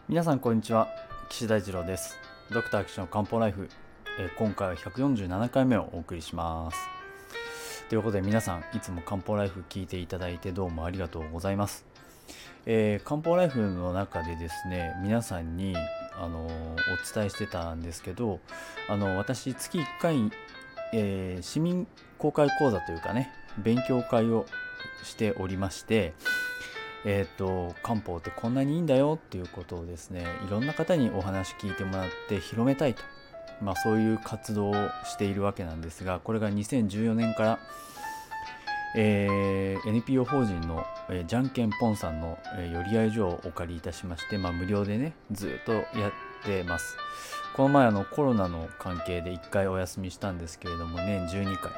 皆さんこんにちは、岸大二郎です。ドクター岸の漢方ライフ、今回は147回目をお送りします。ということで皆さんいつも漢方ライフ聞いていただいてどうもありがとうございます。漢方ライフの中でですね、皆さんにお伝えしてたんですけど、私月1回、市民公開講座というかね、勉強会をしておりまして、漢方ってこんなにいいんだよっていうことをですね、いろんな方にお話聞いてもらって広めたいと、そういう活動をしているわけなんですが、これが2014年から、NPO 法人の、じゃんけんぽんさんの、寄り合い所をお借りいたしまして、無料でねずっとやってます。この前コロナの関係で1回お休みしたんですけれども、年12回、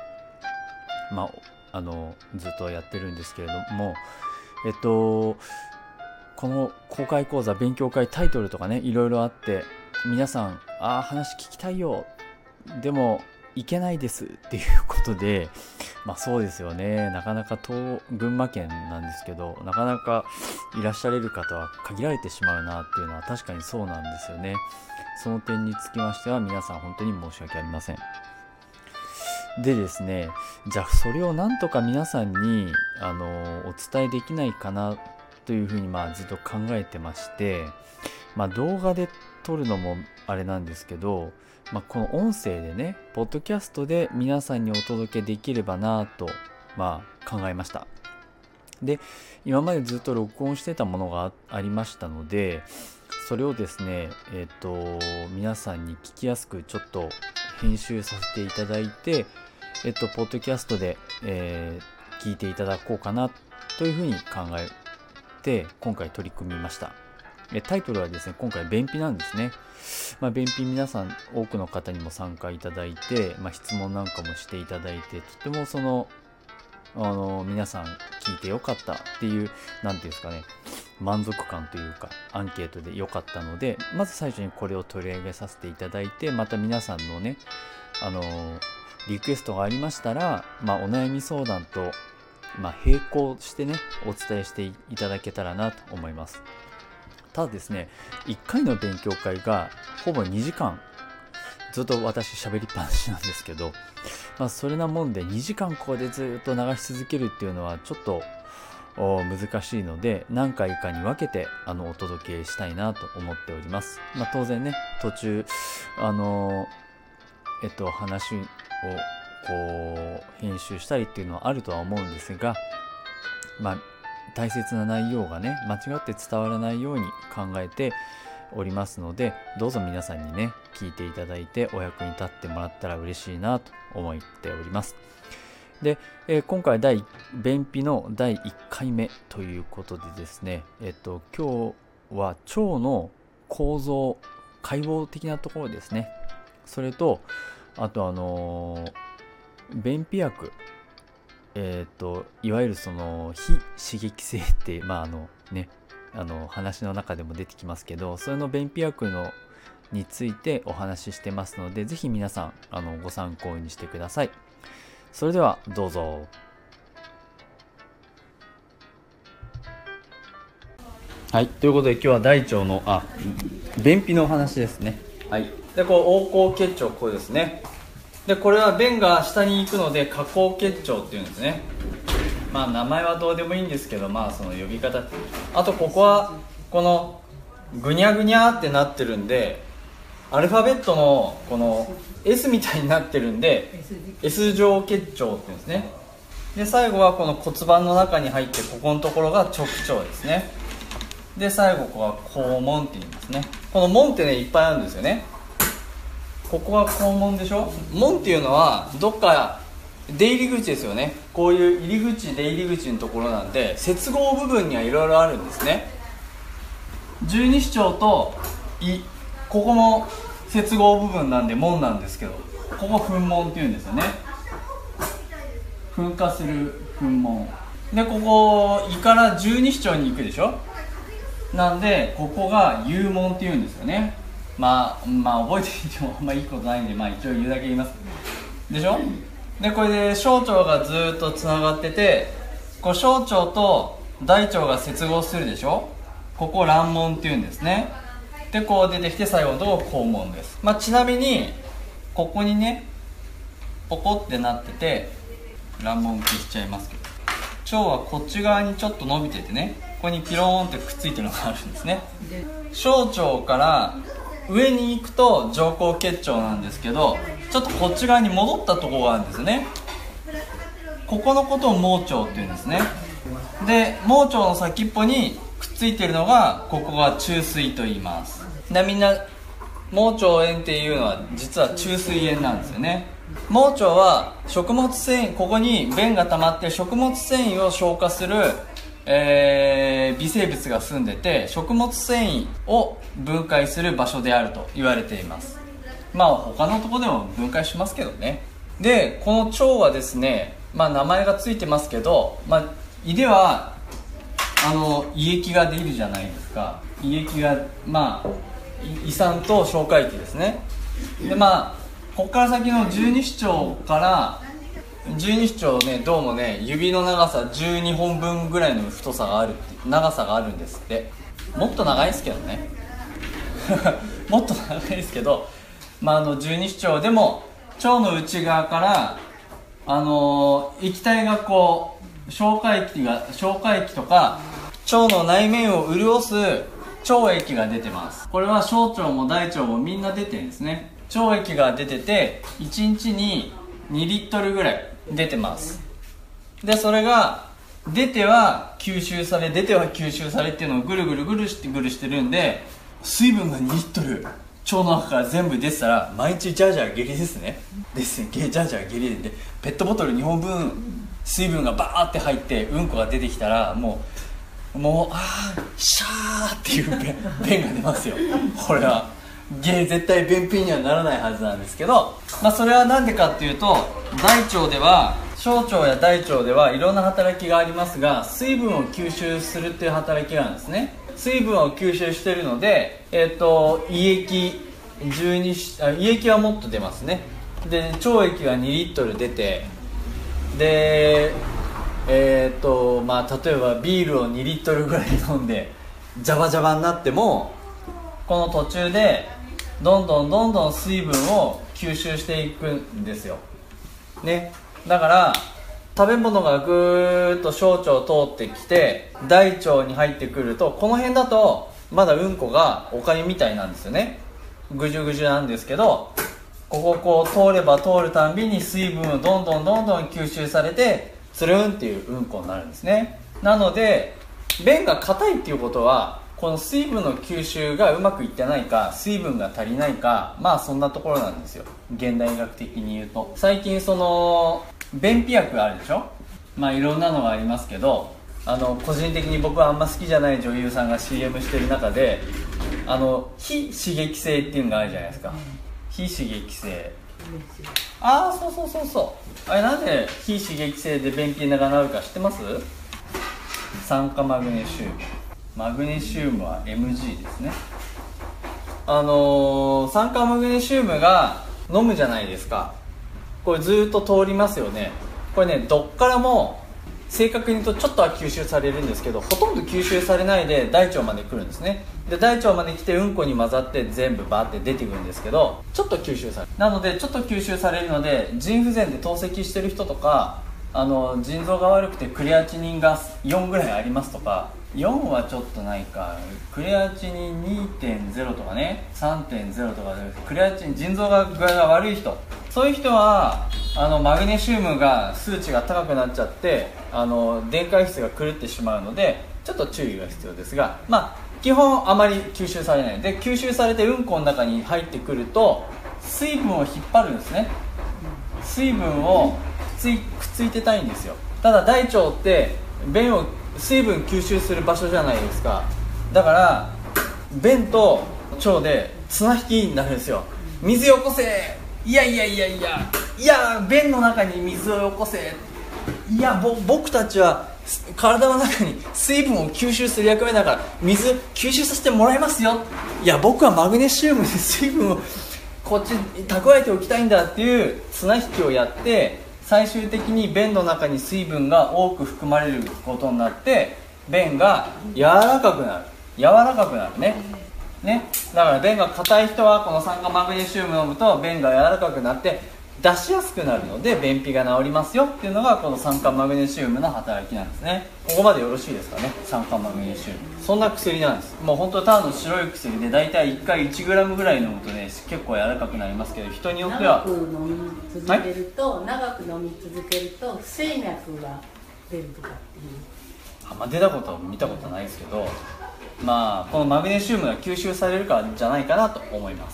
ずっとやってるんですけれども、この公開講座勉強会タイトルとかね、いろいろあって、皆さん話聞きたいよ、でも行けないですっていうことで、そうですよね、なかなか群馬県なんですけど、なかなかいらっしゃれる方は限られてしまうなっていうのは確かにそうなんですよね。その点につきましては皆さん本当に申し訳ありません。でですね、じゃあそれをなんとか皆さんにお伝えできないかなというふうにずっと考えてまして、動画で撮るのもあれなんですけど、この音声でね、ポッドキャストで皆さんにお届けできればなと、考えました。で、今までずっと録音してたものが ありましたので、それをですね、皆さんに聞きやすくちょっと編集させていただいて、ポッドキャストで、聞いていただこうかなというふうに考えて今回取り組みました。タイトルはですね、今回便秘なんですね。便秘皆さん多くの方にも参加いただいて、質問なんかもしていただいて、とても皆さん聞いてよかったっていう、なんていうんですかね、満足感というかアンケートで良かったので、まず最初にこれを取り上げさせていただいて、また皆さんのねリクエストがありましたら、お悩み相談と、並行してねお伝えしていただけたらなと思います。ただですね、1回の勉強会がほぼ2時間ずっと私喋りっぱなしなんですけど、それなもんで2時間ここでずっと流し続けるっていうのはちょっと難しいので、何回かに分けてお届けしたいなと思っております。当然ね、途中話を編集したりっていうのはあるとは思うんですが、大切な内容がね間違って伝わらないように考えておりますので、どうぞ皆さんにね聞いていただいてお役に立ってもらったら嬉しいなと思っております。で、今回便秘の第1回目ということでですね、今日は腸の構造解剖的なところですね、それとあと便秘薬、いわゆる非刺激性って話の中でも出てきますけど、それの便秘薬についてお話ししてますので、ぜひ皆さんご参考にしてください。それではどうぞ。はい、ということで今日は大腸の便秘のお話ですね。はい。で、横行結腸、こうですね。で、これは便が下に行くので下行結腸っていうんですね。名前はどうでもいいんですけど、その呼び方。あとここはこのぐにゃぐにゃってなってるんで、アルファベットのこの S みたいになってるんで S 状結腸っていうんですね。で、最後はこの骨盤の中に入って、ここのところが直腸ですね。で、最後ここは肛門って言いますね。この門ってねいっぱいあるんですよね。ここは肛門でしょ。門っていうのはどっか出入り口ですよね。こういう入り口出入り口のところなんで、接合部分にはいろいろあるんですね。十二指腸と胃、ここも接合部分なんで門なんですけど、ここ噴門っていうんですよね。噴火する噴門で、ここ胃から十二指腸に行くでしょ。なんでここが幽門っていうんですよね。覚えていてもあんまいいことないんで、一応言うだけ言いますでしょ。で、これで小腸がずっとつながってて、小腸と大腸が接合するでしょ。ここ卵門っていうんですね。 でこう出てきて最後のところ肛門です。ちなみにここにねポコってなってて、卵門消しちゃいますけど、腸はこっち側にちょっと伸びててね、ここにピローンってくっついてるのがあるんですね。小腸から上に行くと上行結腸なんですけど、ちょっとこっち側に戻ったところがあるんですね。ここのことを盲腸っていうんですね。で盲腸の先っぽにくっついてるのが、ここが虫垂と言います。でみんな盲腸炎っていうのは実は虫垂炎なんですよね。盲腸は食物繊維、ここに便が溜まって食物繊維を消化する、微生物が住んでて、食物繊維を分解する場所であると言われています。他のところでも分解しますけどね。でこの腸はですね、名前がついてますけど、胃では胃液が出るじゃないですか。胃液が胃酸と消化液ですね。でここから先の十二指腸から、十二指腸ね、どうもね指の長さ12本分ぐらいの太さがあるって長さがあるんですって。もっと長いですけどねもっと長いですけど、十二指腸でも腸の内側から液体がこう消化液とか腸の内面を潤す腸液が出てます。これは小腸も大腸もみんな出てるんですね。腸液が出てて1日に2リットルぐらい出てます。でそれが出ては吸収されっていうのをぐるぐるしてるんで、水分が2リットル腸の中から全部出てたら、毎日ジャージャー下痢ですね。ジャージャー下痢でペットボトル2本分水分がバーって入ってうんこが出てきたら、もうシャーっていう便が出ますよ。これは絶対便秘にはならないはずなんですけど、それはなんでかっていうと、小腸や大腸ではいろんな働きがありますが、水分を吸収するっていう働きがあるんですね。水分を吸収しているので、胃液はもっと出ますね。で腸液が2リットル出て、で例えばビールを2リットルぐらい飲んでジャバジャバになっても、この途中でどんどん水分を吸収していくんですよね。だから食べ物がぐーっと小腸を通ってきて大腸に入ってくると、この辺だとまだうんこがおかゆみたいなんですよね。ぐじゅぐじゅなんですけど、こう通れば通るたんびに水分をどんどん吸収されてつるんっていううんこになるんですね。なので便が硬いっていうことは、この水分の吸収がうまくいってないか、水分が足りないか、そんなところなんですよ、現代医学的に言うと。最近便秘薬があるでしょ。いろんなのがありますけど、個人的に僕はあんま好きじゃない女優さんが CM してる中で、非刺激性っていうのがあるじゃないですか。非刺激性、そうあれ、なんで非刺激性で便秘が治るか知ってます？酸化マグネシウム。マグネシウムは Mg ですね。酸化マグネシウムが飲むじゃないですか。これずっと通りますよね。これね、どっからも正確に言うとちょっとは吸収されるんですけど、ほとんど吸収されないで大腸まで来るんですね。で大腸まで来てうんこに混ざって全部バーって出てくるんですけど、ちょっと吸収される。なのでちょっと吸収されるので、腎不全で透析してる人とか、腎臓が悪くてクレアチニンが4ぐらいありますとか、4はちょっとないか、クレアチニン 2.0 とかね 3.0 とかで、クレアチニン、腎臓が具合が悪い人、そういう人はマグネシウムが数値が高くなっちゃって電解質が狂ってしまうので、ちょっと注意が必要ですが、基本あまり吸収されないで、吸収されてうんこの中に入ってくると水分を引っ張るんですね。水分をくっついてたいんですよ。ただ大腸って水分吸収する場所じゃないですか。だから便と腸で綱引きになるんですよ。水よこせ、いや便の中に水をよこせ、僕たちは体の中に水分を吸収する役割だから水吸収させてもらいますよ。僕はマグネシウムで水分をこっち蓄えておきたいんだっていう綱引きをやって、最終的に便の中に水分が多く含まれることになって、便が柔らかくなるね。 ね、だから便が硬い人はこの酸化マグネシウムを飲むと便が柔らかくなって出しやすくなるので便秘が治りますよっていうのがこの酸化マグネシウムの働きなんですね。ここまでよろしいですかね。酸化マグネシウム、そんな薬なんです。もう本当ただの白い薬でだいたい1回 1g ぐらい飲むとね結構柔らかくなりますけど、人によっては長く飲み続けると、はい、長く飲み続けると不整脈が出るとかっていう。 出たことは見たことないですけど、このマグネシウムが吸収されるからじゃないかなと思います。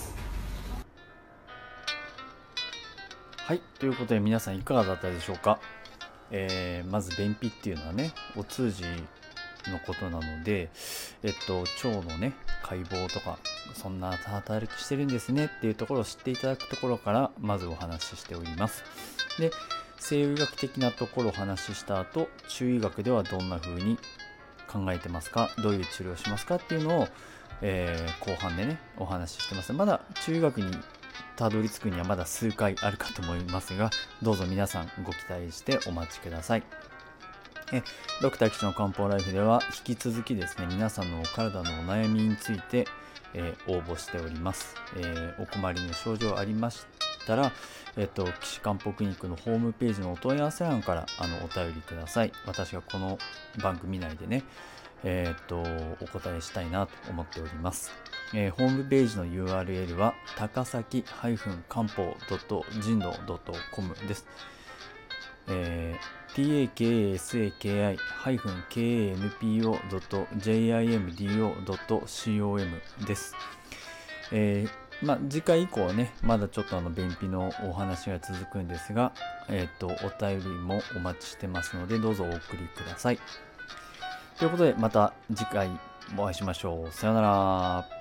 はい、ということで皆さんいかがだったでしょうか。まず便秘っていうのはねお通じのことなので、腸のね解剖とかそんな働きしてるんですねっていうところを知っていただくところからまずお話ししております。で、西洋医学的なところをお話しした後、中医学ではどんな風に考えてますか、どういう治療をしますかっていうのを、後半でねお話ししてます。まだ中医学にたどり着くにはまだ数回あるかと思いますが、どうぞ皆さんご期待してお待ちください。ドクター岸の漢方ライフでは引き続きですね皆さんのお体のお悩みについて、応募しております。お困りの症状ありましたら、岸漢方クリニックのホームページのお問い合わせ欄からお便りください。私がこの番組内でねお答えしたいなと思っております。ホームページの URL は高崎漢方人道 .com です。takasaki-kanpo.jimdo.com です。次回以降ねまだちょっと便秘のお話が続くんですが、お便りもお待ちしてますのでどうぞお送りください。ということでまた次回お会いしましょう。さようなら。